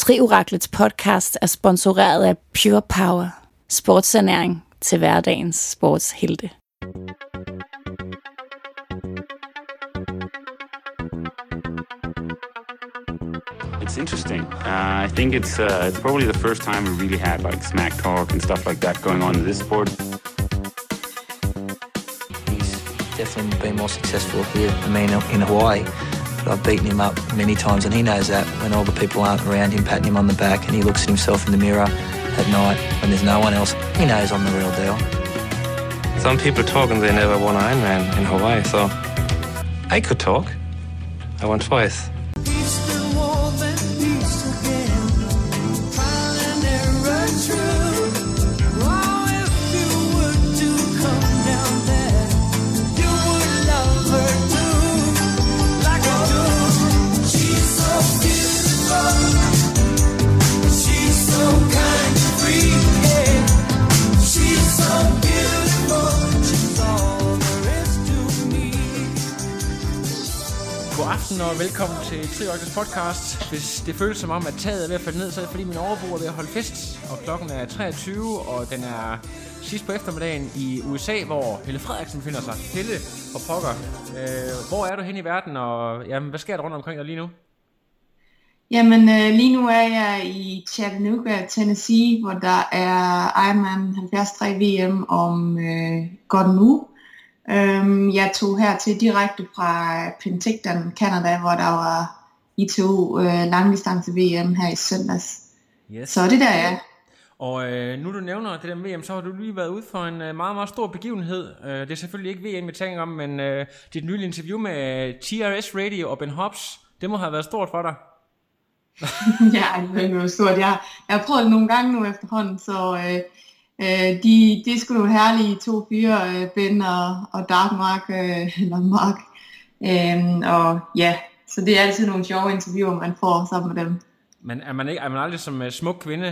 Trioraklets podcast er sponsoreret af Pure Power, sportsernæring til hverdagens sportshelte. It's interesting. I think it's probably the first time we really had like smack talk and stuff like that going on in this sport. He's definitely been more successful here than me in Hawaii. But I've beaten him up many times, and he knows that when all the people aren't around him patting him on the back and he looks at himself in the mirror at night when there's no one else, he knows I'm the real deal. Some people talk and they never won Ironman in Hawaii, so I could talk. I won twice. God aften og velkommen til Trioraklets podcast. Hvis det føles som om, at taget er ved at falde ned, så er det fordi min overbo er ved at holde fest. Og klokken er 23, og den er sidst på eftermiddagen i USA, hvor Helle Frederiksen finder sig. Helle og pokker, hvor er du hen i verden, og jamen, hvad sker der rundt omkring dig lige nu? Jamen lige nu er jeg i Chattanooga, Tennessee, hvor der er Ironman 73 VM om godt en uge. Jeg tog hertil direkte fra Penticton, Canada, hvor der var ITU langdistance VM her i søndags. Yes. Så det der er. Og nu du nævner det der VM, så har du lige været ude for en meget, meget stor begivenhed. Det er selvfølgelig ikke VM, vi tænker om, men dit nye interview med TRS Radio og Ben Hobbs, det må have været stort for dig. Ja, det var stort. Jeg har prøvet det nogle gange nu efterhånden, så de er sgu nogle herlige to fyre, Ben og Dark Mark, eller Mark. Og ja, så det er altid nogle sjove interviewer, man får sammen med dem. Men er man aldrig som smuk kvinde,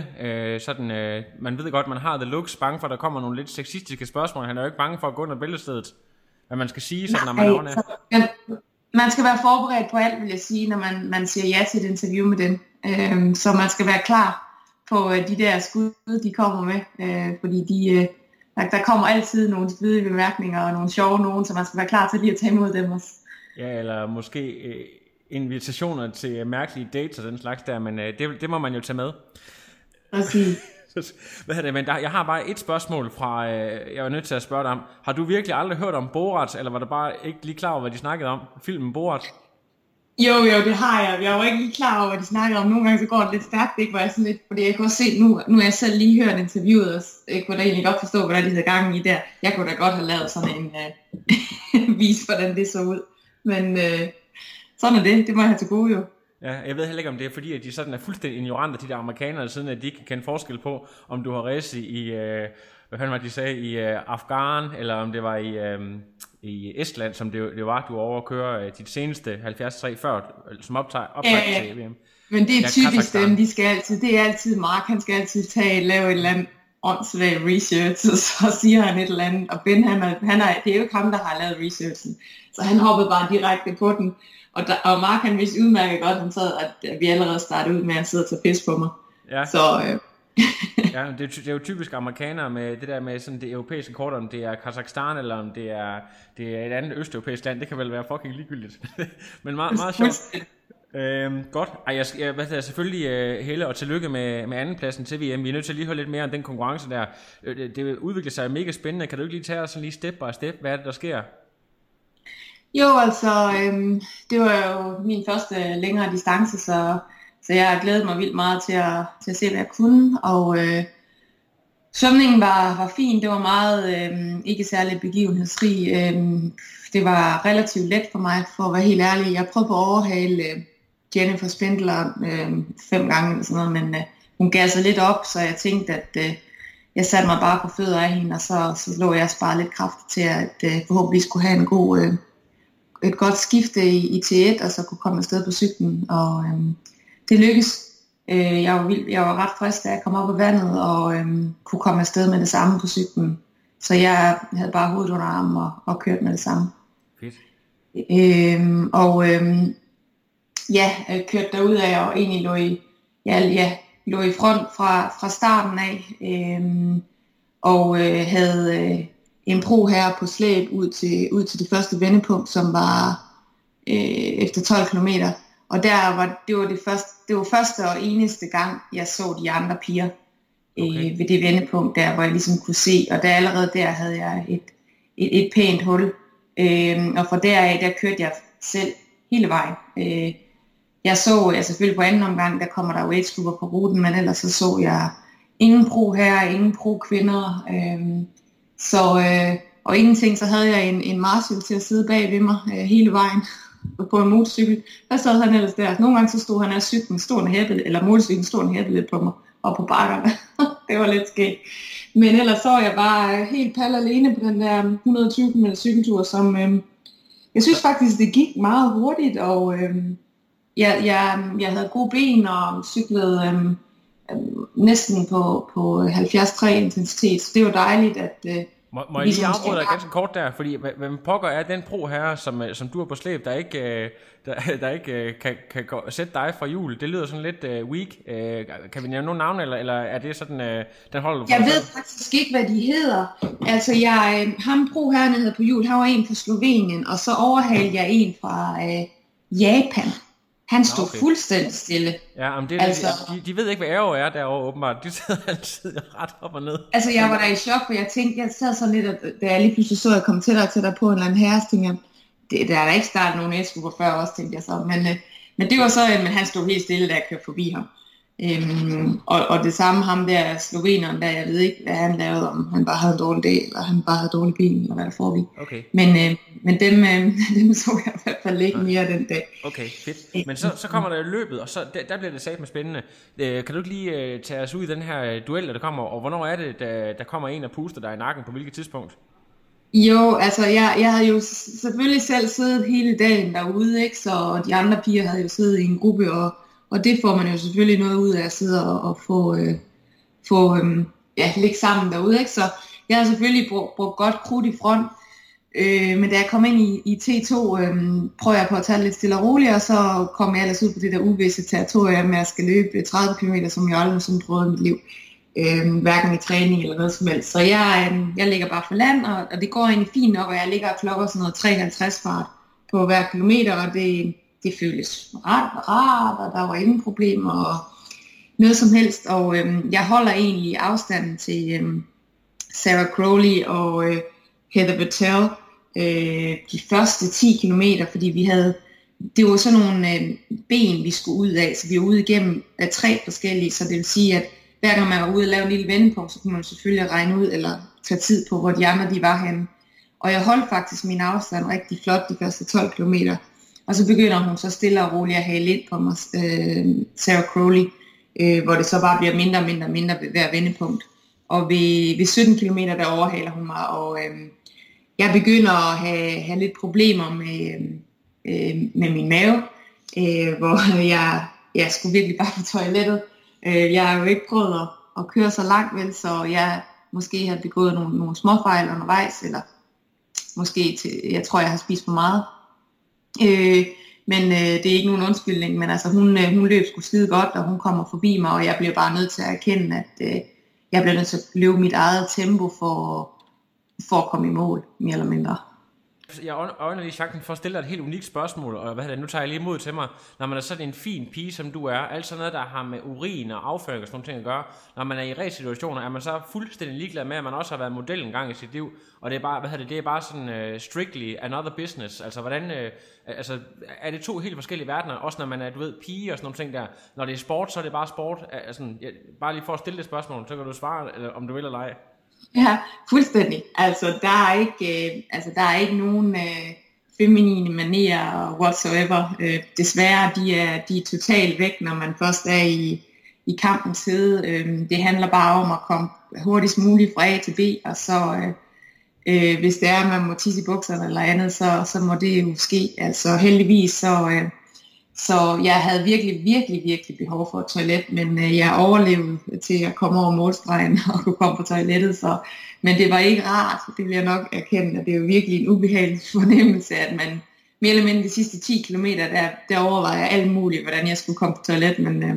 man ved godt, man har the looks, bange for, at der kommer nogle lidt sexistiske spørgsmål. Han er jo ikke bange for at gå under billedstedet, hvad man skal sige, sådan, når man er under. Man skal være forberedt på alt, vil jeg sige, når man siger ja til et interview med dem. Så man skal være klar på de der skud, de kommer med. Fordi der kommer altid nogle spydige bemærkninger og nogle sjove nogen, så man skal være klar til lige at tage imod dem også. Ja, eller måske invitationer til mærkelige dates og den slags der, men det må man jo tage med. Præcis. Hvad hedder det, men jeg har bare et spørgsmål fra, jeg var nødt til at spørge dig om. Har du virkelig aldrig hørt om Borat, eller var du bare ikke lige klar over, hvad de snakkede om? Filmen Borat? Jo, det har jeg. Jeg var ikke lige klar over, hvad de snakkede om. Nogle gange så går det lidt stærkt, ikke? Hvor jeg sådan lidt, fordi jeg kunne også se, nu er jeg selv lige hørt interviewet, og jeg kunne da egentlig godt forstå, hvad de havde gang i der. Jeg kunne da godt have lavet sådan en vis, hvordan det så ud. Men sådan er det må jeg have til gode jo. Ja, jeg ved heller ikke, om det er fordi, at de sådan er fuldstændig ignorante, de der amerikanere, siden at de ikke kan kende forskel på, om du har ræset i, hvad fanden var de sagde, i Afghan, eller om det var i Estland, som det var, du var over at køre dit seneste 73 før, som optag til VM. Men det er typisk dem, det er altid Mark, han skal altid lave et eller andet åndssvagt research, og så siger han et eller andet, og Ben, det er jo ikke ham, der har lavet researchen, så han hoppede bare direkte på den. Og Mark han vidste udmærket godt, at vi allerede startede ud med at sidde og tage pis på mig. Ja. Så, ja, det er jo typisk amerikanere med det der med sådan det europæiske kort, om det er Kazakhstan, eller om det er et andet østeuropæisk land. Det kan vel være fucking ligegyldigt. Men meget sjovt. Godt. Jeg selvfølgelig Helle, og tillykke med andenpladsen til VM. Vi er nødt til at lige høre lidt mere om den konkurrence der. Det udvikler sig mega spændende. Kan du ikke lige tage os sådan lige step by step? Hvad er det, der sker? Jo, altså, det var jo min første længere distance, så jeg har glædet mig vildt meget til at se, hvad jeg kunne, og svømningen var fin, det var meget ikke særlig begivenhedsrig, det var relativt let for mig, for at være helt ærlig. Jeg prøvede på at overhale Jennifer Spindler 5 gange eller sådan noget, men hun gav sig lidt op, så jeg tænkte, at jeg satte mig bare på fødder af hende, og så lå jeg sparet lidt kraft til, at forhåbentlig skulle have et godt skifte i T1, og så kunne komme afsted på cyklen, og det lykkedes. Jeg var ret frisk, da jeg kom op af vandet, og kunne komme afsted med det samme på cyklen. Så jeg havde bare hovedet under armen og kørt med det samme. Fedt. Jeg kørte derudad og egentlig jeg lå i front fra starten af, og havde en pro her på slæb ud til det første vendepunkt, som var efter 12 kilometer. Og det var første og eneste gang, jeg så de andre piger ved det vendepunkt der, hvor jeg ligesom kunne se, og allerede der havde jeg et pænt hul. Og fra deraf, der kørte jeg selv hele vejen. Jeg så selvfølgelig på anden omgang, der kommer der jo age-grupper på ruten, men ellers så jeg ingen pro her, ingen pro kvinder. Og ingenting, så havde jeg en Marshall til at sidde bag ved mig hele vejen på en motorcykel. Der sad han ellers der. Nogle gange så stod han af cyklen stående hæppet, eller motorcyklen stående hæppet lidt på mig, og på bakkerne. Det var lidt skægt. Men ellers så jeg bare helt palle alene på den der 120 km cykeltur, som jeg synes faktisk, det gik meget hurtigt, og jeg havde gode ben og cyklede næsten på 73 intensitet, så det var dejligt, at Må jeg lige afbryde dig ganske kort der, fordi hvem pokker er den pro herre, som du er på slæb, der ikke kan sætte dig fra hjul? Det lyder sådan lidt weak. Kan vi nævne nogle navne, eller er det sådan, den holder du for? Jeg ved faktisk ikke, hvad de hedder. Altså, ham pro herren hedder på hjul, han var en fra Slovenien, og så overhalede jeg en fra Japan. Han stod fuldstændig stille. Ja, men de ved ikke, hvad ære er derovre åbenbart. De sidder altid ret op og ned. Altså, jeg var der i chok, for jeg tænkte, jeg sad sådan lidt, da jeg lige pludselig så, at jeg kom tættere på en eller anden herre, så tænkte jeg, der er da ikke startet nogen æskuber før også, tænkte jeg så. Men det var så, men han stod helt stille, da jeg kørte forbi ham. Og det samme ham der sloveneren, der jeg ved ikke, hvad han lavede, om han bare havde en dårlig dag, eller han bare havde dårlig bil, eller hvad der foregik. Okay. Men dem så jeg i hvert fald ikke mere den dag. Okay, fedt. Men så kommer der løbet, og så der bliver det satme spændende. Kan du ikke lige tage os ud i den her duel, der kommer, og hvornår er det, der kommer en og puster dig i nakken, på hvilket tidspunkt? Jo, altså jeg havde jo selvfølgelig selv siddet hele dagen derude, ikke? Så de andre piger havde jo siddet i en gruppe, og det får man jo selvfølgelig noget ud af at sidde og få ligge sammen derude, ikke? Så jeg har selvfølgelig brugt godt krudt i front, men da jeg kom ind i T2, prøver jeg på at tage lidt stille og roligt, og så kom jeg ellers ud på det der uvisse territorium med at skal løbe 30 km, som jeg aldrig sådan prøvede i mit liv. Hverken i træning eller noget som helst. Så jeg ligger bare for land, og det går egentlig fint nok, og jeg ligger og klokker sådan noget 53 fart på hver kilometer, og det føles rart, og der var ingen problemer og noget som helst. Og jeg holder egentlig afstanden til Sarah Crowley og Heather Bertel de første 10 kilometer, fordi det var sådan nogle ben, vi skulle ud af, så vi var ude igennem 3 forskellige, så det vil sige, at hver gang man var ude og lave en lille vendepunkt, så kunne man selvfølgelig regne ud eller tage tid på, hvor de andre de var henne. Og jeg holdt faktisk min afstand rigtig flot de første 12 kilometer. Og så begynder hun så stille og roligt at have lidt på mig, Sarah Crowley, hvor det så bare bliver mindre og mindre ved hver vendepunkt. Og ved 17 kilometer, der overhaler hun mig, og jeg begynder at have lidt problemer med min mave, hvor jeg skulle virkelig bare på toilettet. Jeg har jo ikke prøvet at køre så langt, vel, så jeg måske har begået nogle småfejl undervejs, eller måske jeg tror, jeg har spist for meget. Men det er ikke nogen undskyldning, men altså hun løb sgu skide godt, og hun kommer forbi mig, og jeg bliver bare nødt til at erkende, at jeg bliver nødt til at løbe mit eget tempo for at komme i mål, mere eller mindre. Jeg øjner lige chancen for at stille dig et helt unikt spørgsmål, og nu tager jeg lige imod til mig. Når man er sådan en fin pige, som du er, alt sådan noget, der har med urin og afføring og sådan nogle ting at gøre, når man er i ræs-situationer, er man så fuldstændig ligeglad med, at man også har været model en gang i sit liv, og det er bare, det er bare sådan strictly another business. Altså, hvordan, er det 2 helt forskellige verdener, også når man er, pige og sådan nogle ting der. Når det er sport, så er det bare sport. Altså, bare lige for at stille det spørgsmål, så kan du svare, om du vil eller ej. Ja, fuldstændig. Altså, der er ikke nogen feminine manerer whatsoever. Desværre, de er totalt væk, når man først er i kampens hede. Det handler bare om at komme hurtigst muligt fra A til B, og så hvis det er, at man må tisse i bukserne eller andet, så må det jo ske. Altså heldigvis, så jeg havde virkelig behov for et toilet, men jeg overlevede til at komme over målstregen og kunne komme på toilettet. Men det var ikke rart, det vil jeg nok erkende, at det er jo virkelig en ubehagelig fornemmelse, at man mere eller mindre de sidste 10 kilometer, der overvejede jeg alt muligt, hvordan jeg skulle komme på toilet, men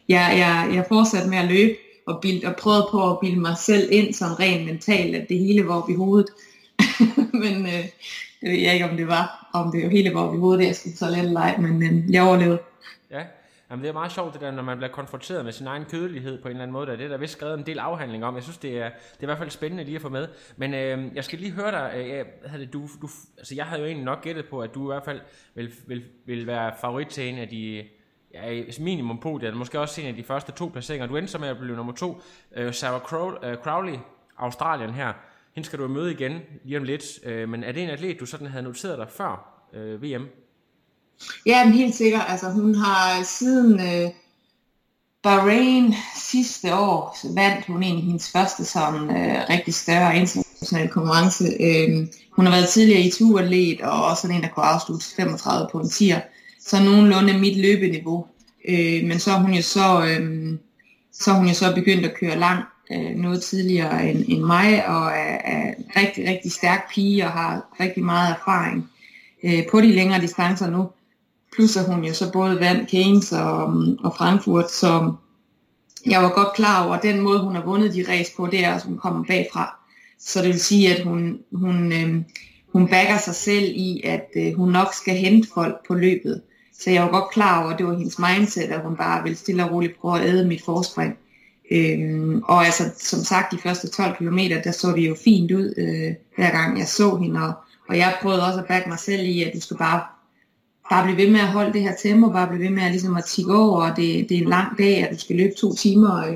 jeg fortsatte med at løbe og prøvede på at bilde mig selv ind sådan rent mentalt, at det hele var oppe i hovedet. Men det ved jeg ikke, om det hele var oppe i hovedet, jeg skulle så lidt lege, men jeg overlevede. Ja, jamen det er meget sjovt det der, når man bliver konfronteret med sin egen kødelighed på en eller anden måde. Det er der vist skrevet en del afhandling om. Jeg synes, det er i hvert fald spændende lige at få med. Men jeg skal lige høre dig. Altså jeg havde jo egentlig nok gættet på, at du i hvert fald vil være favorit til en af de minimum podiet, måske også en af de første 2 placeringer. Du endte så med at blive nummer 2. Sarah Crowley, Australien her. Hende skal du møde igen lige om lidt. Men er det en atlet, du sådan havde noteret dig før VM? Ja, men helt sikkert. Altså hun har siden Bahrain sidste år, så vandt hun en af hendes første sådan rigtig større internationale konkurrence. Hun har været tidligere ITU-atlet, og også sådan en, der kunne afslutte 35 på en 10'er. Så nogenlunde mit løbeniveau. Men så er hun jo så begyndt at køre langt noget tidligere end mig, og er rigtig, rigtig stærk pige, og har rigtig meget erfaring på de længere distancer nu. Plus at hun jo så både vandt Keynes og Frankfurt, så jeg var godt klar over, at den måde, hun har vundet de race på, det er, at hun kommer bagfra. Så det vil sige, at hun backer sig selv i, at hun nok skal hente folk på løbet. Så jeg var godt klar over, at det var hendes mindset, at hun bare ville stille og roligt prøve at æde mit forspring. Og altså, som sagt, de første 12 kilometer, der så det jo fint ud, hver gang jeg så hende. Og jeg prøvede også at backe mig selv i, at du skal bare blive ved med at holde det her tempo, bare blive ved med at, ligesom at tikke over, og det er en lang dag, at du skal løbe 2 timer.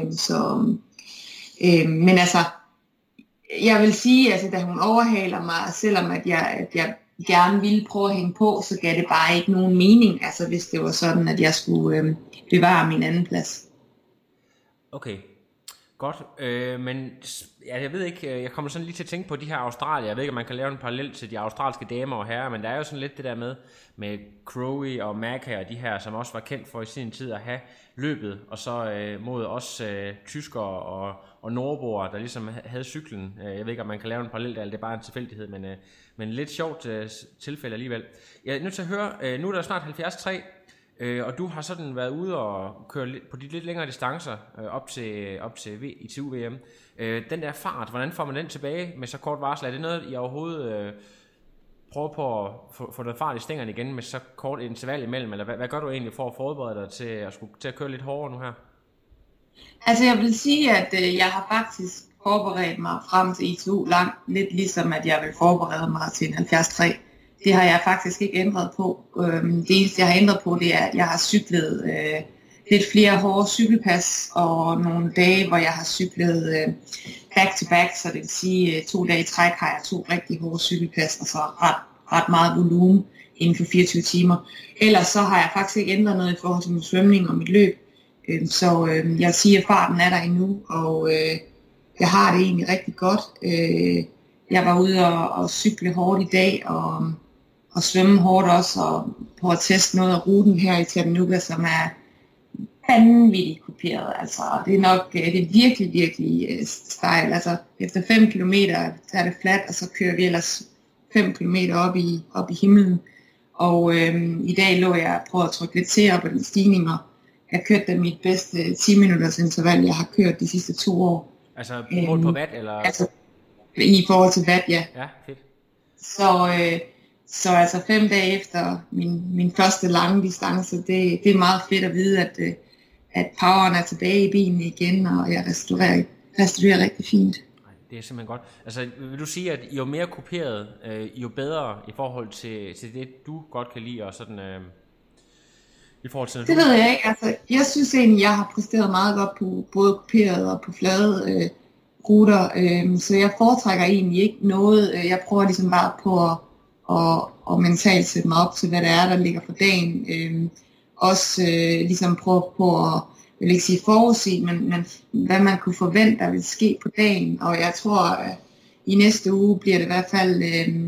Men altså, jeg vil sige, altså, da hun overhaler mig, selvom at jeg gerne ville prøve at hænge på, så gav det bare ikke nogen mening, altså hvis det var sådan, at jeg skulle bevare min anden plads. Okay, godt. Men jeg ved ikke, jeg kommer sådan lige til at tænke på de her Australier. Jeg ved ikke, om man kan lave en parallel til de australske damer og herrer, men der er jo sådan lidt det der med Crowley og Macca og de her, som også var kendt for i sin tid at have løbet, og så mod os tyskere og nordboere, der ligesom havde cyklen. Jeg ved ikke, om man kan lave en parallel der, eller det er bare en tilfældighed, men lidt sjovt tilfælde alligevel. Jeg er nødt til at høre, nu er der snart 73, og du har sådan været ude og køre på de lidt længere distancer op til ITU-VM. Den der fart, hvordan får man den tilbage med så kort varsel? Er det noget, I overhovedet prøver på at få noget fart i stængerne igen med så kort interval imellem? Eller hvad gør du egentlig for at forberede dig til at køre lidt hårdere nu her? Altså jeg vil sige, at jeg har faktisk forberedt mig frem til ITU langt, lidt ligesom at jeg vil forberede mig til en 73. Det har jeg faktisk ikke ændret på. Det eneste, jeg har ændret på, det er, at jeg har cyklet lidt flere hårde cykelpas, og nogle dage, hvor jeg har cyklet back-to-back, så det vil sige 2 dage i træk har jeg 2 rigtig hårde cykelpas, og så ret meget volumen inden for 24 timer. Ellers så har jeg faktisk ikke ændret noget i forhold til min svømning og mit løb. Så jeg vil sige, at farten er der endnu, og jeg har det egentlig rigtig godt. Jeg var ude og cykle hårdt i dag, og svømme hårdt også, og på at teste noget af ruten her i Chattanooga, som er vanvittigt kopieret. Altså, det er virkelig, virkelig stejl. Altså, efter 5 kilometer er det fladt, og så kører vi ellers 5 kilometer op i himlen. Og i dag lå jeg på at trykke lidt til op ad den stigning, og jeg kørte da mit bedste 10 minutters interval, jeg har kørt de sidste 2 år. Altså mål på watt, eller? Altså, i forhold til watt, ja. Ja, fedt. Så altså 5 dage efter min første lange distance, det er meget fedt at vide, at poweren er tilbage i bilen igen, og jeg restaurerer rigtig fint. Det er simpelthen godt. Altså vil du sige, at jo mere kopieret, jo bedre i forhold til det, du godt kan lide, og sådan i forhold til... Det ved jeg ikke. Altså, jeg synes egentlig, jeg har præsteret meget godt på både kopieret og på flade ruter, så jeg foretrækker egentlig ikke noget. Jeg prøver ligesom bare på at mentalt sætte mig op til, hvad det er, der ligger for dagen. Også ligesom prøve på at, jeg vil ikke sige forudsige, men hvad man kunne forvente, der vil ske på dagen. Og jeg tror, at i næste uge bliver det i hvert fald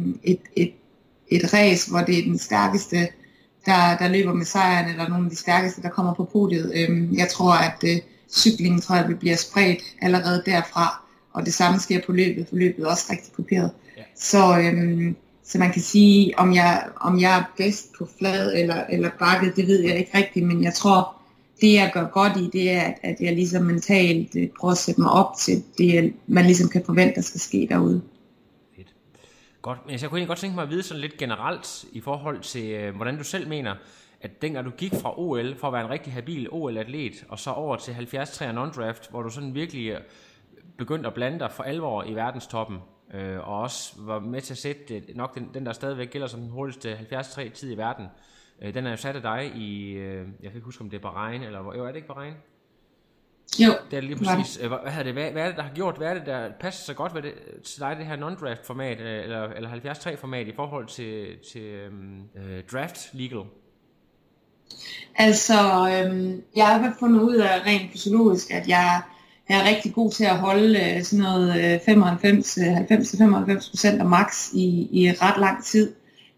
et race, hvor det er den stærkeste, der løber med sejren, eller nogle af de stærkeste, der kommer på podiet. Jeg tror, at cyklingen vil blive spredt allerede derfra, og det samme sker på løbet, for løbet er også rigtig kopieret. Ja. Så man kan sige, om jeg er bedst på flad eller bakket, det ved jeg ikke rigtigt, men jeg tror, det jeg gør godt i, det er, at jeg ligesom mentalt prøver at sætte mig op til det, man ligesom kan forvente, der skal ske derude. Fedt. Godt, men jeg kunne egentlig godt tænke mig at vide sådan lidt generelt i forhold til, hvordan du selv mener, at dengang du gik fra OL, for at være en rigtig habil OL-atlet, og så over til 73 non-draft, hvor du sådan virkelig begyndte at blande dig for alvor i verdenstoppen, og også var med til at sætte nok den der stadigvæk gælder som den hurtigste 73 tid i verden. Den er jo sat af dig i, jeg kan ikke huske om det er Bahrain, eller er det ikke Bahrain? Jo. Det er lige præcis. Hvad er det, der har gjort, hvad er det, der passer så godt ved det, til dig, det her non-draft format, eller 73 format i forhold til draft legal? Altså, jeg har i hvert fald fundet ud af rent fysiologisk, at jeg er rigtig god til at holde sådan noget 90-95% af max i ret lang tid.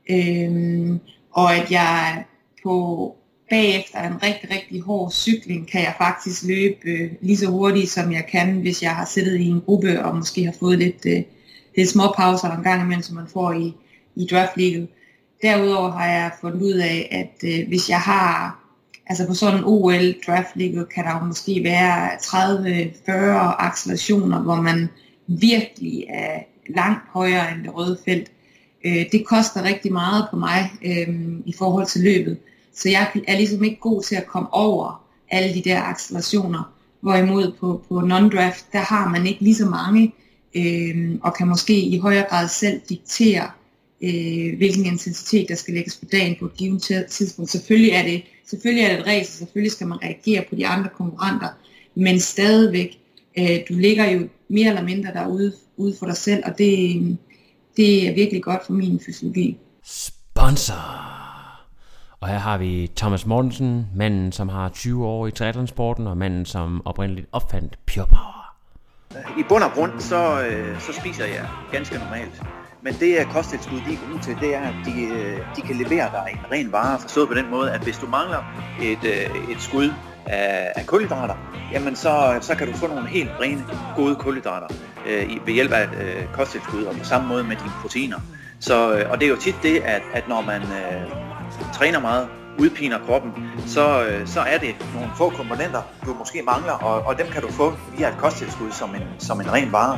Og at jeg bagefter en rigtig, rigtig hård cykling, kan jeg faktisk løbe lige så hurtigt, som jeg kan, hvis jeg har siddet i en gruppe og måske har fået lidt små pauser en gang imellem, som man får i draft league. Derudover har jeg fundet ud af, at hvis jeg har, altså på sådan en OL draft league, kan der jo måske være 30-40 accelerationer, hvor man virkelig er langt højere end det røde felt. Det koster rigtig meget på mig i forhold til løbet. Så jeg er ligesom ikke god til at komme over alle de der accelerationer. Hvorimod på non-draft, der har man ikke lige så mange, og kan måske i højere grad selv diktere, hvilken intensitet der skal lægges på dagen på et givet tidspunkt. Selvfølgelig er det et race, og selvfølgelig skal man reagere på de andre konkurrenter, men stadigvæk, du ligger jo mere eller mindre derude for dig selv, og det er virkelig godt for min fysiologi. Sponsor. Og her har vi Thomas Mortensen, manden som har 20 år i triathlonsporten, og manden som oprindeligt opfandt Pure Power. I bund og grund, så spiser jeg ganske normalt. Men det kosttilskud, de er gode til, det er, at de kan levere dig en ren vare, forstået på den måde, at hvis du mangler et skud af kulhydrater, jamen så kan du få nogle helt rene, gode kulhydrater ved hjælp af kosttilskud, og på samme måde med dine proteiner. Og det er jo tit det, at når man træner meget, udpiner kroppen, så er det nogle få komponenter, du måske mangler, og dem kan du få via et kosttilskud som en ren vare.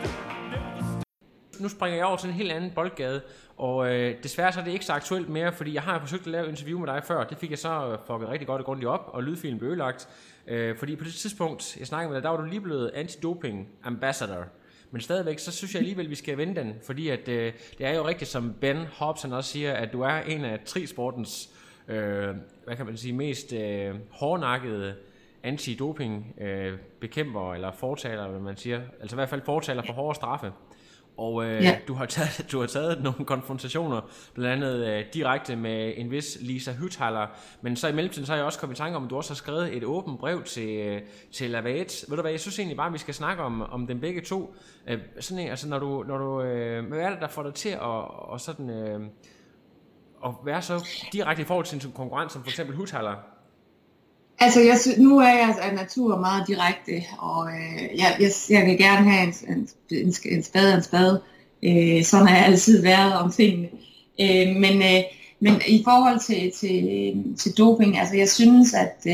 Nu springer jeg over til en helt anden boldgade, og desværre så er det ikke så aktuelt mere, fordi jeg har forsøgt at lave et interview med dig før. Det fik jeg så fucket rigtig godt og grundigt op, og lydfilen blev ødelagt. Fordi på det tidspunkt, jeg snakkede med dig, der var du lige blevet antidoping ambassador. Men stadigvæk, så synes jeg alligevel, vi skal vende den, fordi at, det er jo rigtigt, som Ben Hobson også siger, at du er en af trisportens, hvad kan man sige, mest hårdnakkede antidoping bekæmper, eller fortaler, hvad man siger. Altså i hvert fald fortaler for hårde straffe. Og du har taget nogle konfrontationer, blandt andet direkte med en vis Lisa Hüthaler, men så i mellemtiden så har jeg også kommet i tanke om, at du også har skrevet et åbent brev til Lavate. Ved du hvad, jeg synes egentlig bare, at vi skal snakke om dem begge to. Sådan, altså når du hvad er det, der får dig til at sådan at være så direkte i forhold til en konkurrent som for eksempel Hüthaler? Altså, nu er jeg af natur meget direkte, og jeg vil gerne have en spade. Sådan har jeg altid været om tingene. Men i forhold til doping, altså jeg synes, at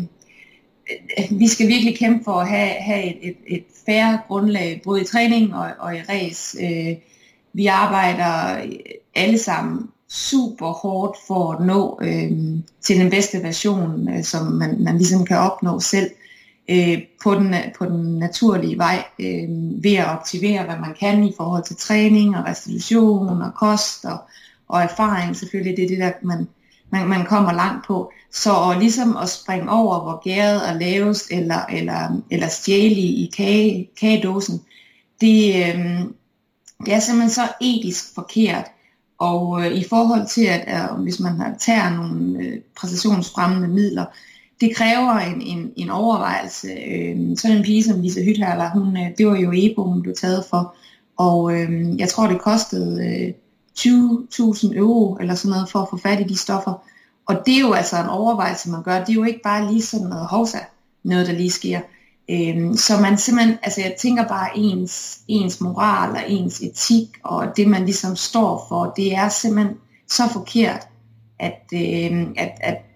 vi skal virkelig kæmpe for at have et fair grundlag, både i træning og i race. Vi arbejder alle sammen super hårdt for at nå til den bedste version, som man ligesom kan opnå selv på den naturlige vej, ved at optimere, hvad man kan i forhold til træning og restitution og kost og erfaring. Selvfølgelig det er det, der man kommer langt på. Så ligesom at springe over, hvor gæret er lavest, eller stjæle i kagedåsen, det er simpelthen så etisk forkert. Og i forhold til, at hvis man tager nogle præstationsfremmende midler, det kræver en overvejelse. Sådan en pige som Lisa Hüthaler, det var jo EPO, hun blev taget for. Og jeg tror, det kostede 20.000 euro eller sådan noget for at få fat i de stoffer. Og det er jo altså en overvejelse, man gør. Det er jo ikke bare lige sådan noget der lige sker. Så man simpelthen, altså jeg tænker bare ens moral og ens etik og det man ligesom står for, det er simpelthen så forkert, at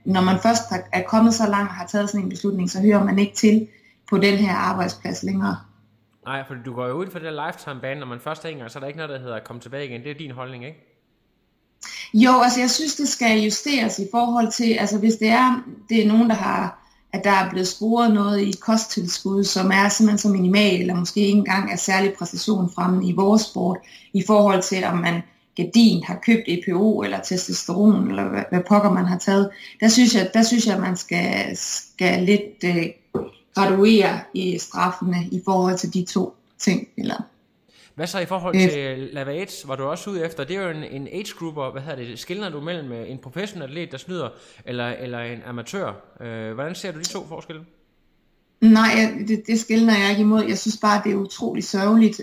når man først er kommet så langt og har taget sådan en beslutning, så hører man ikke til på den her arbejdsplads længere. Nej, for du går jo ud for det der lifetime-bane, når man først er en gang, så er der ikke noget, der hedder at komme tilbage igen. Det er din holdning, ikke? Jo, altså jeg synes, det skal justeres i forhold til, altså hvis det er nogen, at der er blevet sporet noget i kosttilskud, som er simpelthen så minimal, eller måske ikke engang er særlig præstation fremme i vores sport, i forhold til, om man gardin har købt EPO eller testosteron, eller hvad pokker man har taget. Der synes jeg at man skal lidt graduere i straffene i forhold til de to ting. Eller. Hvad så i forhold til Lava AIDS, var du også ude efter? Det er jo en age-grupper, skiller du mellem en professionel atlet, der snyder, eller en amatør? Hvordan ser du de to forskelle? Nej, det skiller jeg ikke imod. Jeg synes bare, det er utroligt sørgeligt,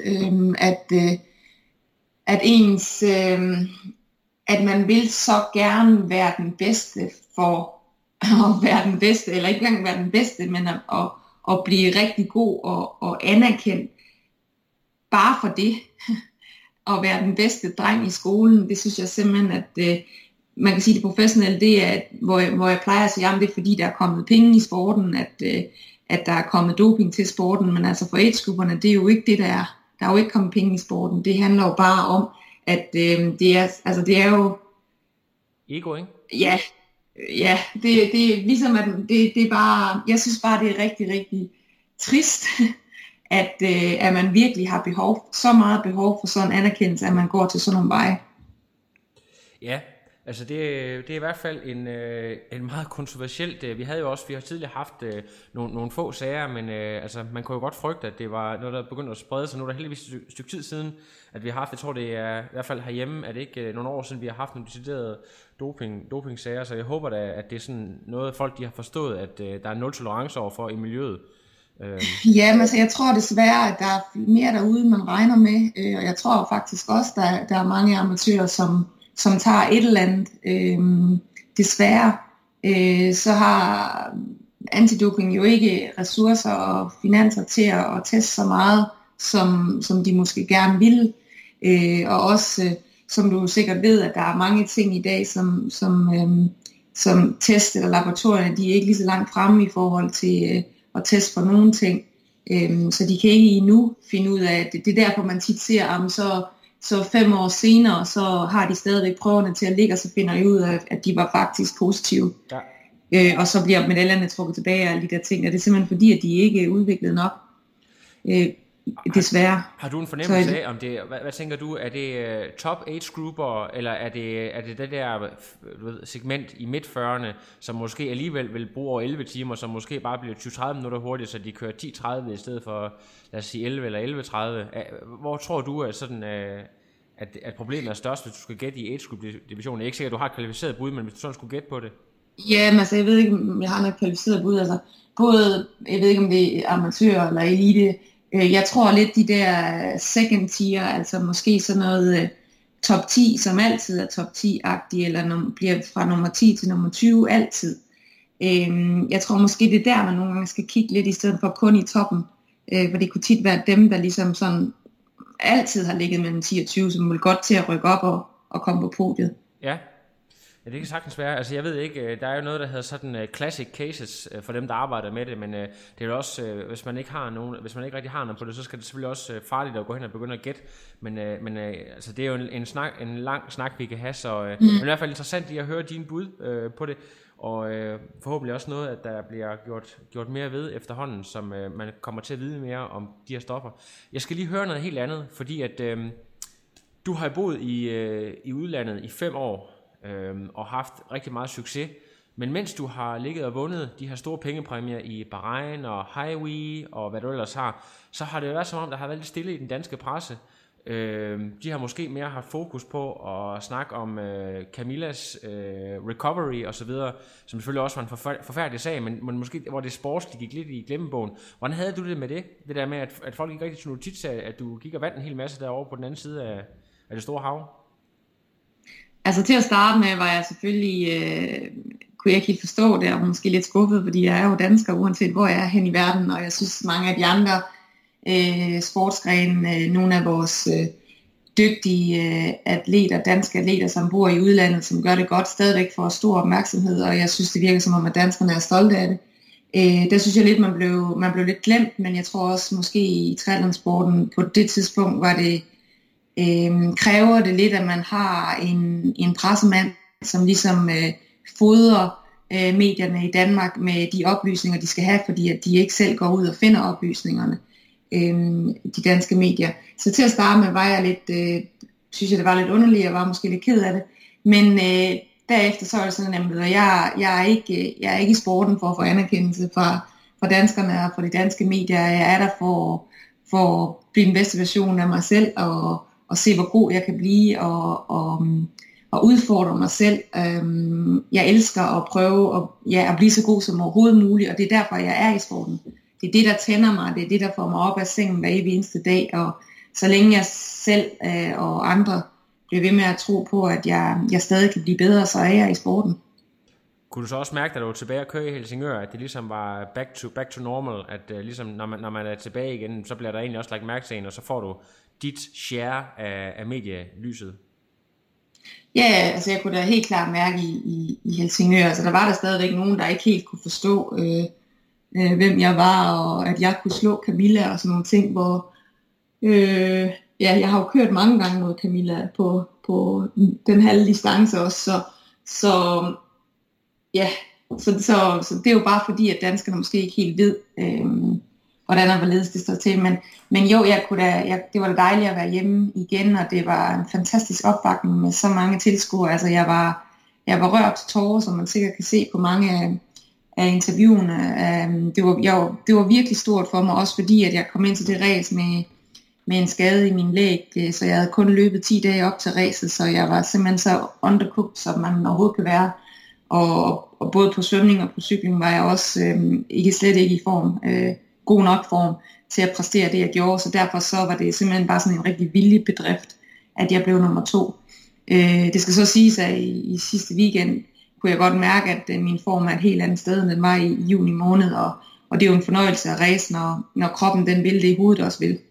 at man vil så gerne være den bedste for at være den bedste, eller ikke engang være den bedste, men at blive rigtig god og anerkendt bare for det, at være den bedste dreng i skolen. Det synes jeg simpelthen, at man kan sige, det professionelle, det er, hvor jeg plejer at sige, at det er fordi, der er kommet penge i sporten, at der er kommet doping til sporten, men altså for age-grupperne, det er jo ikke det, der er. Der er jo ikke kommet penge i sporten. Det handler jo bare om, at det er jo... Ego, ikke? Ja, det er ligesom, at det er bare... Jeg synes bare, det er rigtig, rigtig trist, at man virkelig har så meget behov for sådan en anerkendelse, at man går til sådan nogle veje. Ja, altså det er i hvert fald en meget kontroversielt. Vi har tidligere haft nogle få sager, men altså man kunne jo godt frygte, at det var noget, der begyndte at sprede sig. Nu er der heldigvis et stykke tid siden, at vi har haft, jeg tror det er i hvert fald herhjemme, at det ikke nogle år siden, vi har haft nogle deciderede doping-sager, så jeg håber da, at det er sådan noget, folk de har forstået, at der er nul tolerance overfor i miljøet. Ja, men altså, jeg tror desværre, at der er mere derude, man regner med, og jeg tror faktisk også, der er mange amatører, som tager et eller andet. Desværre, så har antidoping jo ikke ressourcer og finanser til at teste så meget, som de måske gerne vil. Og også, som du sikkert ved, at der er mange ting i dag, som test eller laboratorierne, de er ikke lige så langt fremme i forhold til at teste for nogle ting. Så de kan ikke endnu finde ud af, at det er derfor, man tit ser, så 5 år senere, så har de stadigvæk prøverne til at ligge, og så finder de ud af, at de var faktisk positive. Ja. Og så bliver medaljerne trukket tilbage og alle de der ting, og det er simpelthen fordi, at de ikke er udviklet nok. Desværre. Har du en fornemmelse af, om det, hvad tænker du, er det top age grupper, eller er det der segment i midt-40'erne, som måske alligevel vil bruge over 11 timer, som måske bare bliver 20-30 minutter hurtigt, så de kører 10-30 i stedet for, lad os sige 11 eller 11-30. Hvor tror du, at sådan, at problemet er størst, hvis du skal gætte i age group divisionen? Jeg er ikke sikker, at du har et kvalificeret bud, men hvis du sådan skulle gætte på det. Ja, men altså, jeg ved ikke, om jeg har noget kvalificeret bud. Altså, både, jeg ved ikke, om det er amatør eller elite. Jeg tror lidt, de der second tier, altså måske sådan noget top 10, som altid er top 10-agtig, eller bliver fra nummer 10 til nummer 20 altid. Jeg tror måske, det er der, man nogle gange skal kigge lidt, i stedet for kun i toppen. For det kunne tit være dem, der ligesom sådan altid har ligget mellem 10 og 20, som vil godt til at rykke op og komme på podiet. Ja. Ja, det kan sagtens være. Altså jeg ved ikke, der er jo noget, der hedder sådan classic cases for dem, der arbejder med det, men det er jo også, hvis man ikke rigtig har noget på det, så skal det selvfølgelig også farligt at gå hen og begynde at gætte. Men altså det er jo en lang snak, vi kan have, så men i hvert fald interessant lige at høre dine bud på det, og forhåbentlig også noget, at der bliver gjort mere ved efterhånden, som man kommer til at vide mere om de her stoffer. Jeg skal lige høre noget helt andet, fordi at du har boet i udlandet i 5 år, og haft rigtig meget succes, men mens du har ligget og vundet de her store pengepræmier i Bahrain og Highway og hvad du ellers har, så har det været som om, der har været lidt stille i den danske presse. De har måske mere haft fokus på at snakke om Camillas recovery og så videre, som selvfølgelig også var en forfærdelig sag, men måske hvor det sportsligt gik lidt i glemmebogen. Hvordan havde du det med det? Det der med, at folk ikke rigtig tog notits af, at du gik og vandt en hel masse derovre på den anden side af det store hav? Altså til at starte med var jeg selvfølgelig, kunne jeg ikke helt forstå det, og måske lidt skuffet, fordi jeg er jo dansker, uanset hvor jeg er hen i verden, og jeg synes mange af de andre sportsgrene, nogle af vores dygtige atleter, danske atleter, som bor i udlandet, som gør det godt, stadigvæk får stor opmærksomhed, og jeg synes, det virker som om, at danskerne er stolte af det. Der synes jeg lidt, man blev lidt glemt, men jeg tror også måske i triathlonsporten på det tidspunkt var det, kræver det lidt, at man har en pressemand, som ligesom fodrer medierne i Danmark med de oplysninger, de skal have, fordi at de ikke selv går ud og finder oplysningerne, de danske medier. Så til at starte med var jeg lidt, synes jeg det var lidt underligt, jeg var måske lidt ked af det, men derefter så er det sådan nemt, og jeg er ikke i sporten for at få anerkendelse fra danskerne og fra de danske medier. Jeg er der for at blive den bedste version af mig selv og se hvor god jeg kan blive og udfordre mig selv. Jeg elsker at prøve at blive så god som overhovedet muligt, og det er derfor jeg er i sporten. Det er det der tænder mig, det er det der får mig op af sengen hver evig eneste dag, og så længe jeg selv og andre bliver ved med at tro på, at jeg stadig kan blive bedre, så er jeg i sporten. Kunne du så også mærke, da du var tilbage at køre i Helsingør, at det ligesom var back to normal, at ligesom når man er tilbage igen, så bliver der egentlig også lagt mærke til en, og så får du dit share af medielyset? Ja, altså jeg kunne da helt klart mærke i Helsingør, altså der var der stadigvæk nogen, der ikke helt kunne forstå, hvem jeg var, og at jeg kunne slå Camilla og sådan nogle ting, hvor jeg har jo kørt mange gange mod Camilla på den halve distance også, så det er jo bare fordi, at danskerne måske ikke helt ved, hvordan og hvorledes det står til, men jo, det var da dejligt at være hjemme igen, og det var en fantastisk opbakning med så mange tilskuere. Altså jeg var rørt til tårer, som man sikkert kan se på mange af interviewene. Det var virkelig stort for mig, også fordi at jeg kom ind til det race med en skade i min læg, så jeg havde kun løbet 10 dage op til racet, så jeg var simpelthen så undercooked, som man overhovedet kan være. Og både på svømning og på cykling var jeg også slet ikke i form, god nok form til at præstere det, jeg gjorde, så derfor så var det simpelthen bare sådan en rigtig viljebedrift, at jeg blev nummer 2. Det skal så siges, at i sidste weekend kunne jeg godt mærke, at min form er et helt andet sted, end den var i juni måned, og det er jo en fornøjelse at race, når kroppen den vil det i hovedet også vil.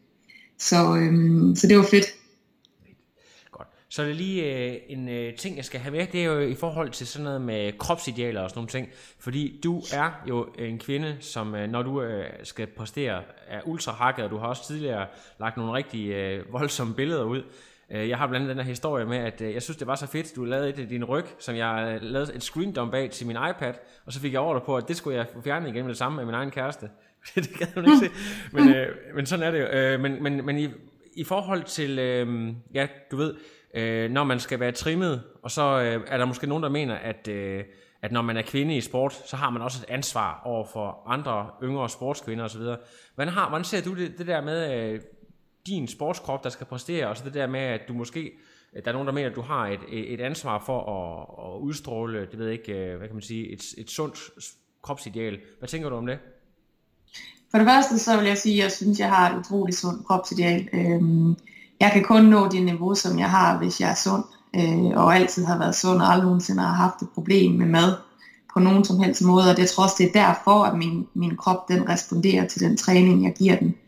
Så det var fedt. Godt. Så er det lige en ting, jeg skal have med, det er jo i forhold til sådan noget med kropsidealer og sådan nogle ting, fordi du er jo en kvinde, som når du skal præstere, er ultra hakket, og du har også tidligere lagt nogle rigtig voldsomme billeder ud. Jeg har blandt andet den her historie med, at jeg synes, det var så fedt, du lavede et af din ryg, som jeg lavede et screendump af til min iPad, og så fik jeg ordre på, at det skulle jeg få fjernet igen med det samme med min egen kæreste. Det kan hun ikke se, men sådan er det jo. Men i forhold til, ja, du ved, når man skal være trimmet, og så er der måske nogen, der mener, at når man er kvinde i sport, så har man også et ansvar over for andre yngre sportskvinder osv. Hvordan ser du det der med din sportskrop, der skal præstere, og så det der med, at du måske, der er nogen, der mener, at du har et ansvar for at udstråle, det ved jeg ikke, hvad kan man sige, et sundt kropsideal. Hvad tænker du om det? For det første, så vil jeg sige, at jeg synes, jeg har et utroligt sundt kropsideal. Jeg kan kun nå det niveau, som jeg har, hvis jeg er sund, og altid har været sund, og aldrig nogensinde har haft et problem med mad på nogen som helst måde, og det tror jeg, det er derfor, at min krop, den responderer til den træning, jeg giver den.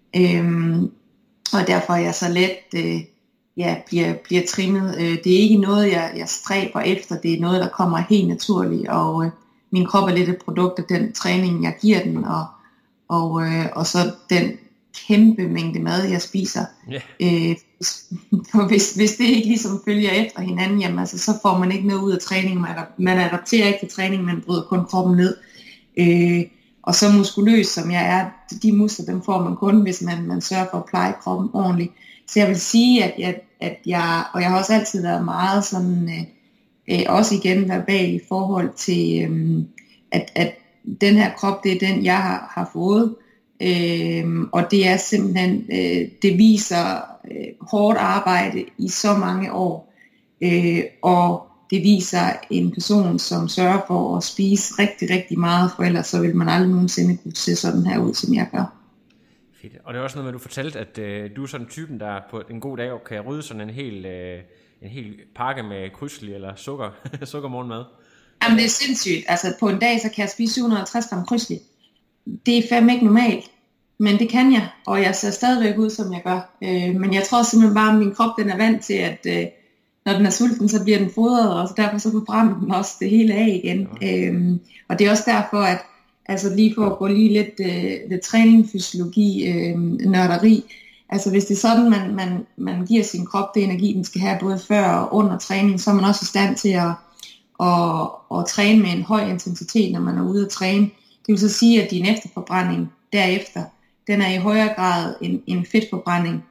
Og derfor er jeg så let bliver trimmet. Det er ikke noget, jeg stræber efter, det er noget, der kommer helt naturligt, og min krop er lidt et produkt af den træning, jeg giver den, og så den kæmpe mængde mad, jeg spiser. Yeah. For hvis det ikke ligesom følger efter hinanden, jamen, altså, så får man ikke noget ud af træningen. Man adapterer ikke til træningen, man bryder kun kroppen ned. Og så muskuløs som jeg er, de muskler, dem får man kun, hvis man sørger for at pleje kroppen ordentligt. Så jeg vil sige, at jeg har også altid været meget sådan, også igen verbal i forhold til, at den her krop, det er den, jeg har fået. Og det er simpelthen, det viser hårdt arbejde i så mange år. Og det viser en person, som sørger for at spise rigtig, rigtig meget, for ellers så vil man aldrig nogensinde kunne se sådan her ud, som jeg gør. Fedt. Og det er også noget med, at du fortalte, at du er sådan typen, der på en god dag kan rydde sådan en hel pakke med krydsli eller sukkermorgenmad. Jamen det er sindssygt. Altså på en dag, så kan jeg spise 750 gram krydsli. Det er fandme ikke normalt. Men det kan jeg, og jeg ser stadigvæk ud, som jeg gør. Men jeg tror simpelthen bare, at min krop den er vant til, at når den er sulten, så bliver den fodret, og så derfor så forbrænder den også det hele af igen. Og det er også derfor, at altså lige for at gå lige lidt træning, fysiologi, nørderi, altså hvis det er sådan, man giver sin krop det energi, den skal have både før og under træning, så er man også i stand til at træne med en høj intensitet, når man er ude at træne. Det vil så sige, at din efterforbrænding derefter, den er i højere grad en fedtforbrænding.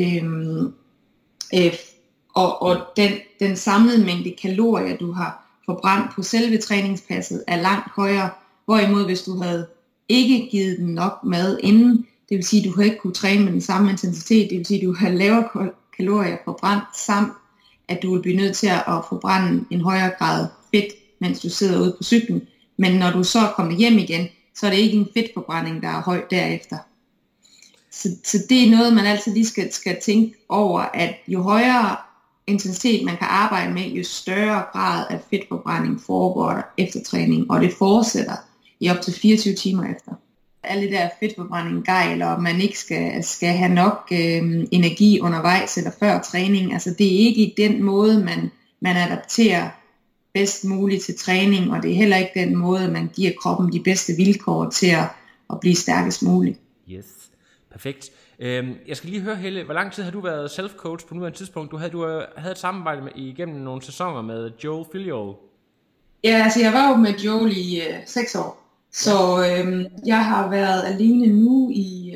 Og den samlede mængde kalorier, du har forbrændt på selve træningspasset, er langt højere. Hvorimod hvis du havde ikke givet den nok mad inden, det vil sige, at du havde ikke kunne træne med den samme intensitet, det vil sige, at du havde lavere kalorier forbrændt, samt at du vil blive nødt til at forbrænde en højere grad fedt, mens du sidder ude på cyklen. Men når du så kommer hjem igen, så er det ikke en fedtforbrænding, der er høj derefter. Så det er noget, man altid lige skal tænke over, at jo højere intensitet man kan arbejde med, jo større grad af fedtforbrænding foregår efter træning, og det fortsætter i op til 24 timer efter. Alle det der fedtforbrænding gejl, og man ikke skal have nok energi undervejs eller før træning, altså det er ikke i den måde, man adapterer bedst muligt til træning, og det er heller ikke den måde, man giver kroppen de bedste vilkår til at blive stærkest muligt. Yes, perfekt. Jeg skal lige høre, Helle, hvor lang tid har du været self-coach på nuværende tidspunkt? Du havde et samarbejde igennem nogle sæsoner med Joel Filliol. Ja, altså jeg var jo med Joel i 6 år, så jeg har været alene nu i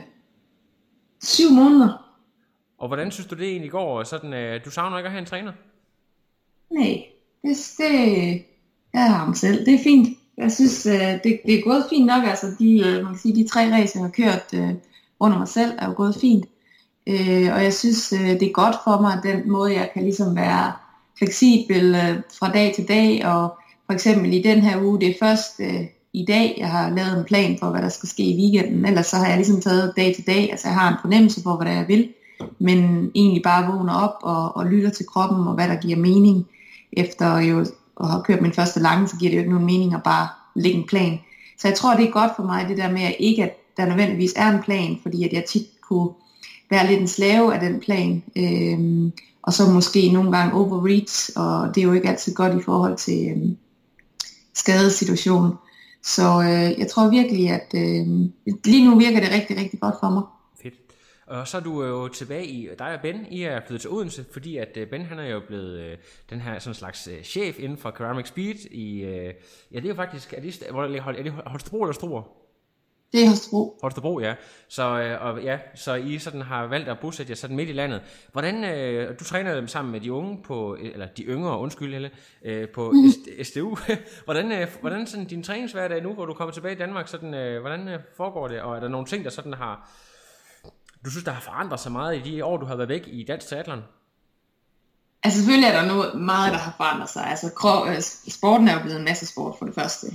7 måneder. Og hvordan synes du det egentlig går? Sådan, du savner ikke at have en træner? Nej, jeg har ham selv. Det er fint. Jeg synes, det er gået fint nok. Altså man kan sige, de 3 racer, jeg har kørt under mig selv, er jo gået fint. Og jeg synes, det er godt for mig, den måde, jeg kan ligesom være fleksibel fra dag til dag. Og for eksempel i den her uge, det er først i dag, jeg har lavet en plan for, hvad der skal ske i weekenden. Ellers så har jeg ligesom taget dag til dag. Altså jeg har en fornemmelse for, hvad jeg vil. Men egentlig bare vågner op og lytter til kroppen, og hvad der giver mening. Efter jo at have kørt min første lange, så giver det jo ikke nogen mening at bare lægge en plan. Så jeg tror, det er godt for mig, det der med, at der nødvendigvis er en plan, fordi at jeg tit kunne være lidt en slave af den plan, og så måske nogle gange overreach, og det er jo ikke altid godt i forhold til skadesituationen. Så jeg tror virkelig, at lige nu virker det rigtig, rigtig godt for mig. Fedt. Og så er du jo tilbage i, dig og Ben, I er flyttet til Odense, fordi at Ben han er jo blevet den her sådan slags chef inden for Ceramic Speed i, ja det er jo faktisk, er det Holstebro eller Struer? Det er Holstebro. Holstebro, ja. Så I sådan har valgt at bosætte jer sådan midt i landet. Hvordan, du træner dem sammen med de unge eller de yngre, undskyld Helle, på SDU. Hvordan sådan din træningshverdag nu, hvor du kommer tilbage i Danmark, sådan, hvordan foregår det? Og er der nogle ting, der sådan du synes, der har forandret sig meget i de år, du har været væk i dansk triathlon? Altså selvfølgelig er der noget meget, der har forandret sig. Altså sporten er jo blevet en masse sport for det første.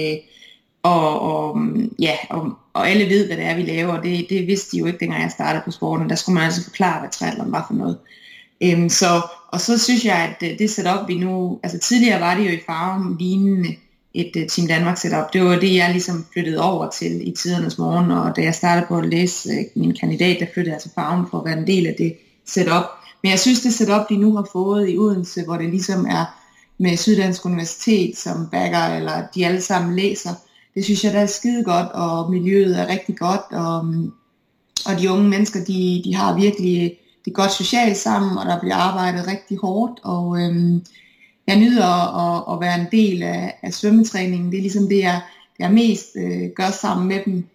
Og alle ved, hvad det er, vi laver. Det vidste de jo ikke, dengang jeg startede på sporten. Der skulle man altså forklare, hvad triathlon var for noget. Så synes jeg, at det setup vi nu... Altså tidligere var det jo i Farum lignende et Team Danmark setup. Det var det, jeg ligesom flyttede over til i tidernes morgen. Og da jeg startede på at læse min kandidat, der flyttede jeg til Farum for at være en del af det setup. Men jeg synes, det setup, de nu har fået i Odense, hvor det ligesom er med Syddansk Universitet som backer, eller de alle sammen læser, det synes jeg, der er skide godt, og miljøet er rigtig godt, og de unge mennesker, de har virkelig det godt socialt sammen, og der bliver arbejdet rigtig hårdt, og jeg nyder at være en del af svømmetræningen. Det er ligesom det, jeg mest gør sammen med dem.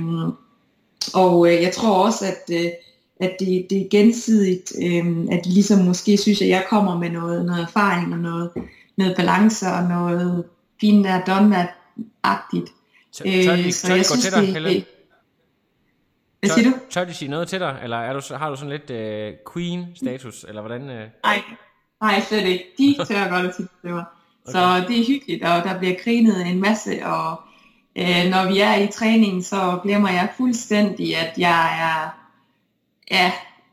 Og jeg tror også, at det er gensidigt, at de ligesom måske synes, at jeg kommer med noget erfaring, og noget balance, og noget fint der done-that-agtigt. Tør de gå til dig, Helle? Hvad siger du? Tør de sige noget til dig, eller har du sådan lidt queen-status, eller hvordan? Nej, slet ikke. De tør godt at sige det var. Så det er hyggeligt, og der bliver grinet en masse, og når vi er i træning, så glemmer jeg fuldstændig, at jeg er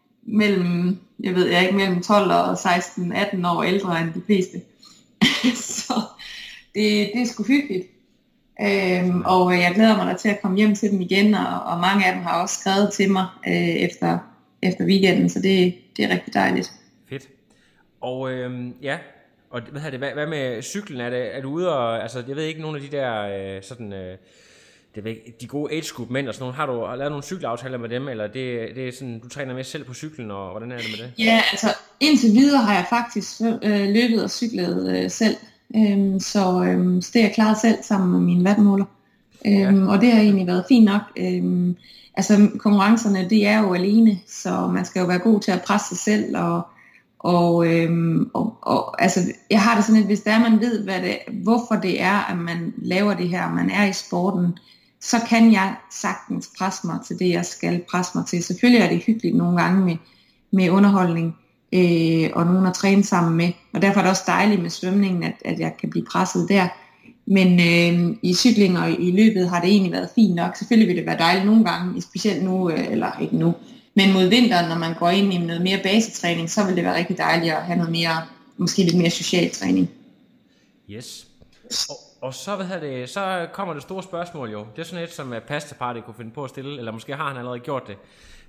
mellem 12 og 16-18 år ældre end de fleste. Så det er sgu hyggeligt. Og jeg glæder mig da til at komme hjem til dem igen, og mange af dem har også skrevet til mig efter weekenden, så det er rigtig dejligt. Fedt. Og ja, og hvad med cyklen? Er du ude og, altså jeg ved ikke, nogle af de der de gode age group mænd og sådan nogle, har du lavet nogle cykelaftaler med dem, eller det er sådan, du træner med selv på cyklen, og hvordan er det med det? Ja, altså indtil videre har jeg faktisk løbet og cyklet selv, så det er jeg klaret selv sammen med mine wattmåler, og det har egentlig været fint nok. Altså konkurrencerne, det er jo alene, så man skal jo være god til at presse sig selv, og altså jeg har det sådan, at hvis der man ved, hvorfor det er, at man laver det her, man er i sporten, så kan jeg sagtens presse mig til det, jeg skal presse mig til. Selvfølgelig er det hyggeligt nogle gange med underholdning, og nogen at træne sammen med, og derfor er det også dejligt med svømningen, at jeg kan blive presset der. Men i cykling og i løbet har det egentlig været fint nok. Selvfølgelig vil det være dejligt nogle gange, specielt nu, eller ikke nu, men mod vinteren, når man går ind i noget mere basetræning, så vil det være rigtig dejligt at have noget mere, måske lidt mere social træning. Yes. Og så, så kommer det store spørgsmål jo. Det er sådan et, som Pasta Party kunne finde på at stille, eller måske har han allerede gjort det.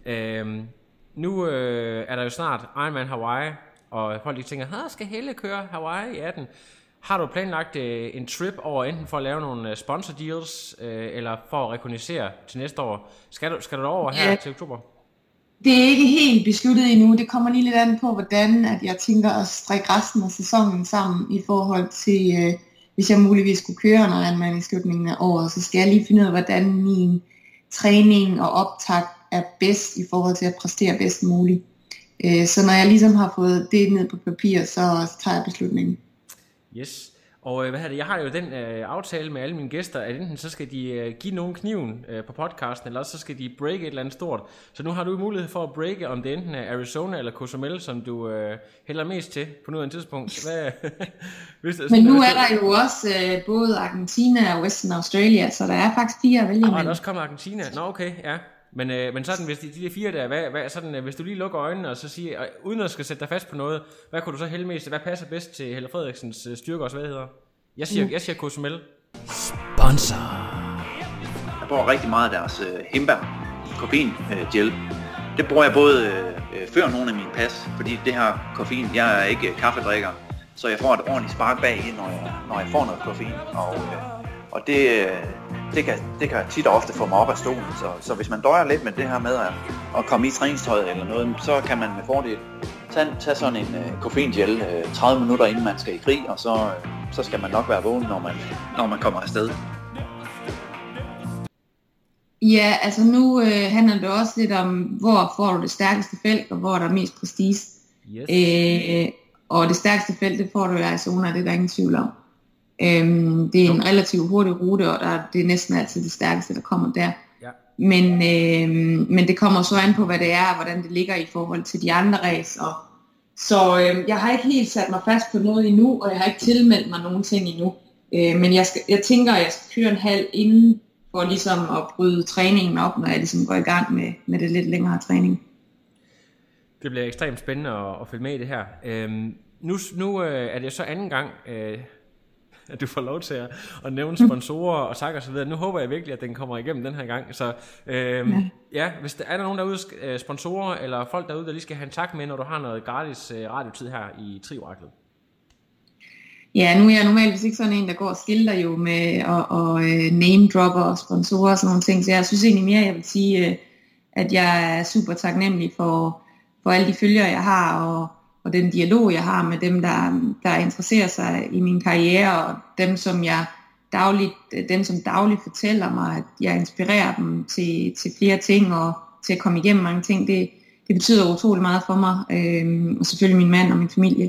Nu er der jo snart Ironman Hawaii, og folk de tænker, skal Helle køre Hawaii i 18? Har du planlagt en trip over, enten for at lave nogle sponsor deals, eller for at rekognoscere til næste år? Skal du over her til oktober? Det er ikke helt besluttet endnu. Det kommer lige lidt an på, hvordan at jeg tænker at strikke resten af sæsonen sammen i forhold til, hvis jeg muligvis skulle køre noget Ironman i slutningen af året, så skal jeg lige finde ud af, hvordan min træning og optakt er bedst i forhold til at præstere bedst muligt. Så når jeg ligesom har fået det ned på papir, så tager jeg beslutningen. Yes. Og jeg har jo den aftale med alle mine gæster, at enten så skal de give nogen kniven på podcasten, eller så skal de breake et eller andet stort. Så nu har du mulighed for at breake, om det enten er Arizona eller Cozumel, som du hælder mest til på nuværende tidspunkt. Men nu er der jo også både Argentina og Western Australia, så der er faktisk 4 at vælge imellem. Der også kommer Argentina. Nå okay, ja. Men sådan, hvis de der 4 der, sådan, hvis du lige lukker øjnene og så siger, uden at skal sætte dig fast på noget, hvad kunne du så hælde mest? Hvad passer bedst til Helle Frederiksens styrke og svagheder? Jeg siger Cozumel. Sponsor. Jeg bruger rigtig meget af deres Himba koffein gel. Det bruger jeg både før nogle af mine pas, fordi det her koffein, jeg er ikke kaffedrikker, så jeg får et ordentligt spark bag i, når jeg får noget koffein. Og det kan tit og ofte få mig op af stolen, så hvis man døjer lidt med det her med at komme i træningstøjet eller noget, så kan man med fordel tage sådan en koffeingel 30 minutter inden man skal i krig, og så skal man nok være vågen, når man kommer afsted. Ja, altså nu handler det også lidt om, hvor får du det stærkeste felt, og hvor er der mest prestige. Yes. Og det stærkeste felt, det får du i Arizona, det er der ingen tvivl om. Det er en relativt hurtig rute, og det er næsten altid det stærkeste, der kommer der. Ja. Men det kommer så an på, hvad det er, og hvordan det ligger i forhold til de andre race. Så jeg har ikke helt sat mig fast på noget endnu, og jeg har ikke tilmeldt mig nogen ting endnu. Men jeg tænker, at jeg skal køre en halv inden, for ligesom at bryde træningen op, når jeg ligesom går i gang med det lidt længere træning. Det bliver ekstremt spændende at følge med i det her. Nu er det så anden gang, at du får lov til at nævne sponsorer og tak og så videre. Nu håber jeg virkelig, at den kommer igennem den her gang. Så hvis der er nogen derude, sponsorer eller folk derude, der lige skal have en tak med, når du har noget gratis radiotid her i Trioraklet. Ja, nu er jeg normalvis ikke sådan en, der går og skilter jo med og name-dropper og sponsorer og sådan nogle ting. Så jeg synes egentlig mere, jeg vil sige, at jeg er super taknemmelig for alle de følgere, jeg har, og den dialog, jeg har med dem, der interesserer sig i min karriere, og dem, som dagligt fortæller mig, at jeg inspirerer dem til flere ting, og til at komme igennem mange ting. Det betyder utrolig meget for mig, og selvfølgelig min mand og min familie.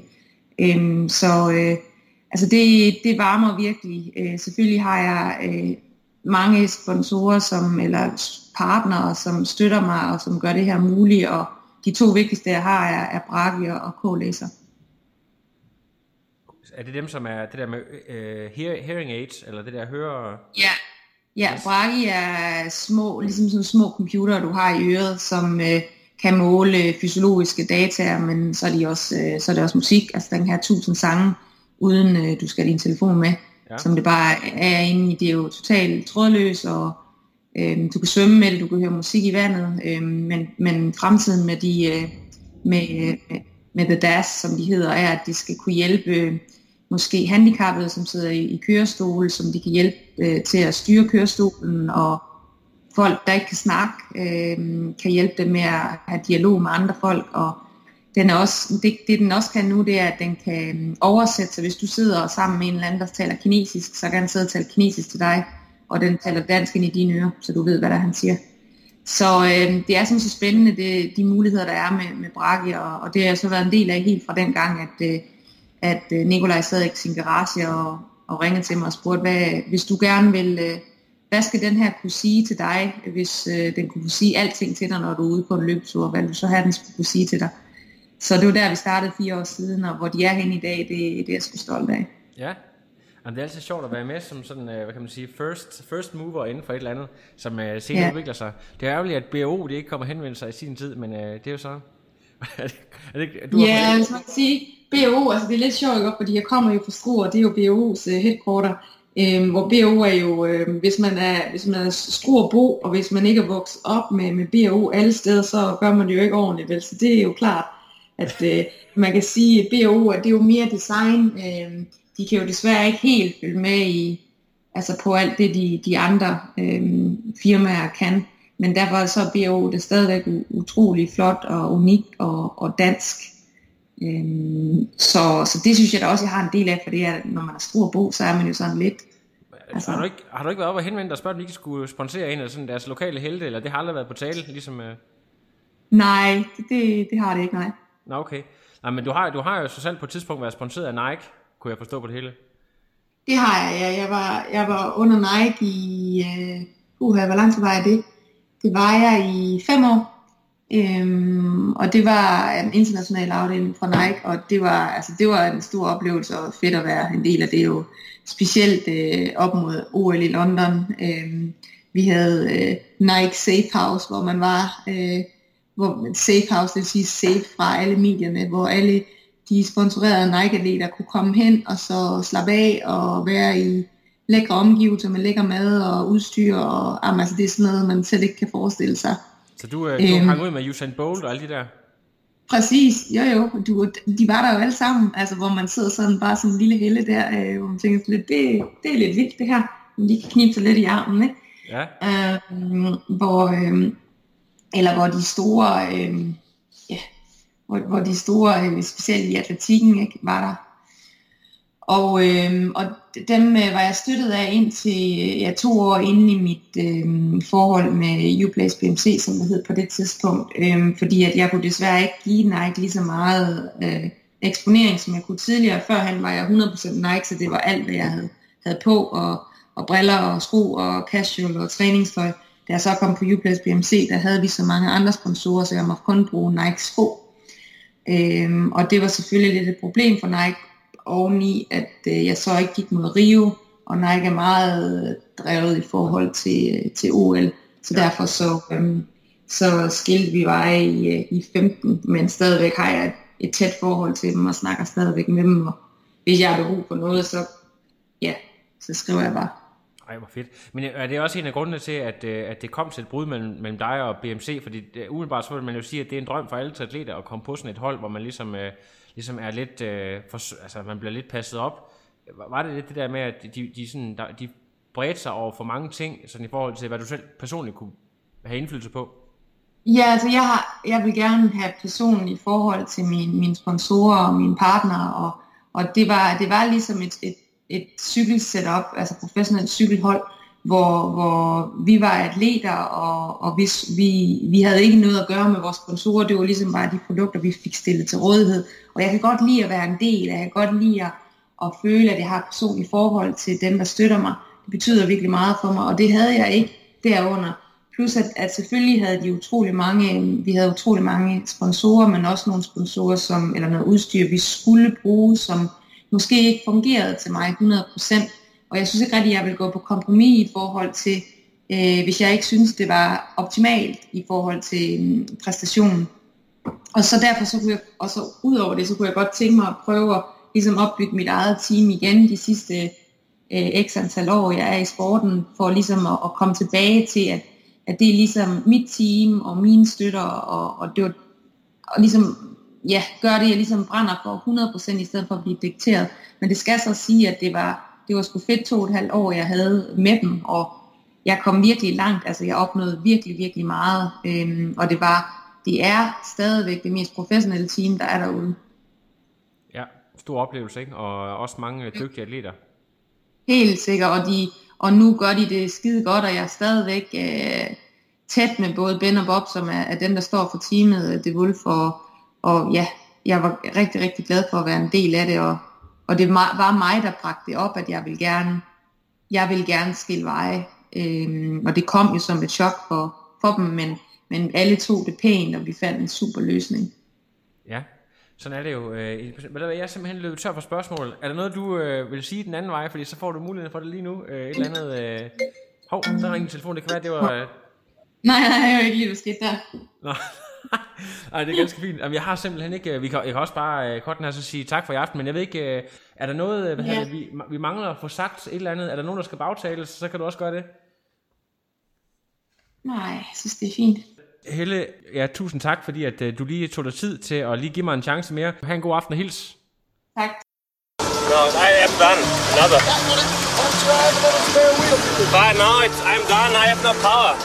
Altså det varmer virkelig. Selvfølgelig har jeg mange sponsorer, eller partnere, som støtter mig, og som gør det her muligt, og de 2 vigtigste, jeg har, er Bragi og K-Laser. Er det dem, som er det der med hearing aids, eller det der høre? Ja, Bragi er små, ligesom sådan små computere, du har i øret, som kan måle fysiologiske data, men så er det også musik. Altså den her 1000 sange, uden du skal have din telefon med. som det bare er inde i. Det er jo totalt trådløst, og du kan svømme med det, du kan høre musik i vandet, men fremtiden med med The DAS, som de hedder, er, at de skal kunne hjælpe måske handicappede, som sidder i kørestol, som de kan hjælpe til at styre kørestolen, og folk, der ikke kan snakke, kan hjælpe dem med at have dialog med andre folk, og den er også, det den også kan nu, det er, at den kan oversætte sig. Hvis du sidder sammen med en eller anden, der taler kinesisk, så kan den sidde og tale kinesisk til dig, og den taler dansk ind i dine ører, så du ved, hvad der han siger. Så det er sådan så spændende, de muligheder, der er med Bragi, og det har så været en del af helt fra den gang, at Nikolaj sad i sin garage og ringede til mig og spurgte, hvis du gerne vil, hvad skal den her kunne sige til dig, hvis den kunne sige alting til dig, når du er ude på en løbetur, hvad du så have, den skulle kunne sige til dig. Så det var der, vi startede 4 år siden, og hvor de er henne i dag, det er jeg sgu stolt af. Ja. Jamen, det er altid sjovt at være med som sådan, hvad kan man sige, first mover inden for et eller andet, som senere udvikler sig. Det er ærgerligt, at BO de ikke kommer henvendelser i sin tid, men det er jo så... hvis man kan sige, BO, altså det er lidt sjovt, ikke? Fordi jeg kommer jo fra Struer, det er jo BO's headquarter, hvor BO er jo, hvis man er Struerbo, og hvis man ikke er vokset op med BO alle steder, så gør man det jo ikke ordentligt, vel? Så det er jo klart, at man kan sige, at BO, at det er jo mere design, de kan jo desværre ikke helt følge med på alt det, de andre firmaer kan. Men derfor så er BO det stadigvæk utrolig flot og unik og dansk. Så det synes jeg da også, jeg har en del af, for det er, når man er Struerbo, så er man jo sådan lidt... Altså. Har du ikke været oppe og henvendt dig og spørge, om de ikke skulle sponsere en af sådan deres lokale helte, eller det har aldrig været på tale, ligesom... Nej, det har det ikke, nej. Nå, okay. Nej, men du har jo så selv på et tidspunkt været sponsoreret af Nike, kunne jeg forstå på det hele. Det har jeg, ja. Jeg var under Nike i... hvor lang tid var jeg det? Det var jeg i 5 år. Og det var en international afdeling fra Nike, og det var en stor oplevelse og fedt at være en del af det jo. Specielt op mod OL i London. Vi havde Nike Safe House, hvor man var... hvor Safe House, det vil sige safe fra alle medierne, hvor alle de sponsorerede Nike-atleter kunne komme hen og så slappe af og være i lækre omgivelser med lækker mad og udstyr, og altså det er sådan noget, man selv ikke kan forestille sig. Så du hang ud med Usain Bolt og alle de der? Præcis, jo, de var der jo alle sammen, altså hvor man sidder sådan bare sådan en lille helle der, hvor man tænker lidt, det er lidt vildt det her, man lige kan knibe sig lidt i armen, ikke? Ja. Hvor de store, hvor de store, specielt i atletikken, ikke, var der. Og dem var jeg støttet af indtil 2 år inde i mit forhold med Uplace BMC, som det hed på det tidspunkt, fordi at jeg kunne desværre ikke give Nike lige så meget eksponering, som jeg kunne tidligere. Førhen var jeg 100% Nike, så det var alt, hvad jeg havde på, og briller og sko og casual og træningstøj. Da jeg så kom på Uplace BMC, der havde vi så mange andre sponsorer, så jeg måtte kun bruge Nike sko. Og det var selvfølgelig lidt et problem for Nike, oveni at jeg så ikke gik mod Rio, og Nike er meget drevet i forhold til OL. Så derfor så skilte vi veje i 15, men stadigvæk har jeg et tæt forhold til dem, og snakker stadigvæk med dem. Og hvis jeg har behov for noget, så skriver jeg bare. Ej, hvor fedt. Men er det også en af grundene til, at det kom til et brud mellem dig og BMC? Fordi umiddelbart så vil man jo sige, at det er en drøm for alle atleter at komme på sådan et hold, hvor man ligesom er lidt, man bliver lidt passet op. Var det lidt det der med, at de bredte sig over for mange ting, sådan i forhold til, hvad du selv personligt kunne have indflydelse på? Ja, altså jeg vil gerne have personligt forhold til mine sponsorer og mine partnere, og det var ligesom et cykelsetup, altså professionelt cykelhold, hvor vi var atleter, og vi havde ikke noget at gøre med vores sponsorer. Det var ligesom bare de produkter, vi fik stillet til rådighed. Og jeg kan godt lide at være en del, jeg kan godt lide at føle, at jeg har et personligt forhold til dem, der støtter mig. Det betyder virkelig meget for mig, og det havde jeg ikke derunder. Plus at selvfølgelig havde vi havde utrolig mange sponsorer, men også nogle sponsorer, eller noget udstyr, vi skulle bruge, som måske ikke fungerede til mig 100%, og jeg synes ikke rigtig, at jeg vil gå på kompromis i forhold til, hvis jeg ikke synes, det var optimalt i forhold til præstationen. Og så derfor så kunne jeg, og så ud over det, så kunne jeg godt tænke mig at prøve at ligesom opbygge mit eget team igen de sidste x antal år, jeg er i sporten, for ligesom at komme tilbage til, at det er ligesom mit team og mine støtter, og det var, og ligesom, ja, gør det, jeg ligesom brænder for 100% i stedet for at blive dikteret. Men det skal så sige, at det var sgu fedt 2,5 år, jeg havde med dem, og jeg kom virkelig langt, altså jeg opnåede virkelig, virkelig meget, og det er stadigvæk det mest professionelle team, der er derude. Ja, stor oplevelse, ikke? Og også mange dygtige atleter. Helt sikkert, og nu gør de det skide godt, og jeg er stadigvæk tæt med både Ben og Bob, som er dem, der står for teamet, The Wolf, og ja, jeg var rigtig, rigtig glad for at være en del af det, og det var mig, der bragte det op, at jeg vil gerne skille veje, og det kom jo som et chok for dem, men alle tog det pænt, og vi fandt en super løsning. Ja, sådan er det jo. Jeg er simpelthen løbet tør for spørgsmål. Er der noget, du vil sige den anden vej, fordi så får du muligheden for det lige nu? Et eller andet... Hov, der er ingen telefon, det kan være, det var... Nej, jeg har ikke lige, du skidt der. Nå. Ej, det er ganske fint. Jeg har simpelthen ikke... Jeg kan også bare kort den her så sige tak for i aften, men jeg ved ikke... Er der noget, vi mangler at få sagt et eller andet? Er der nogen, der skal bagtales? Så kan du også gøre det. Nej, jeg synes, det er fint. Helle, ja, tusind tak, fordi at du lige tog dig tid til at lige give mig en chance mere. Ha' en god aften og hils. Tak. No, I am done. Another. But no, I'm done. I have no power.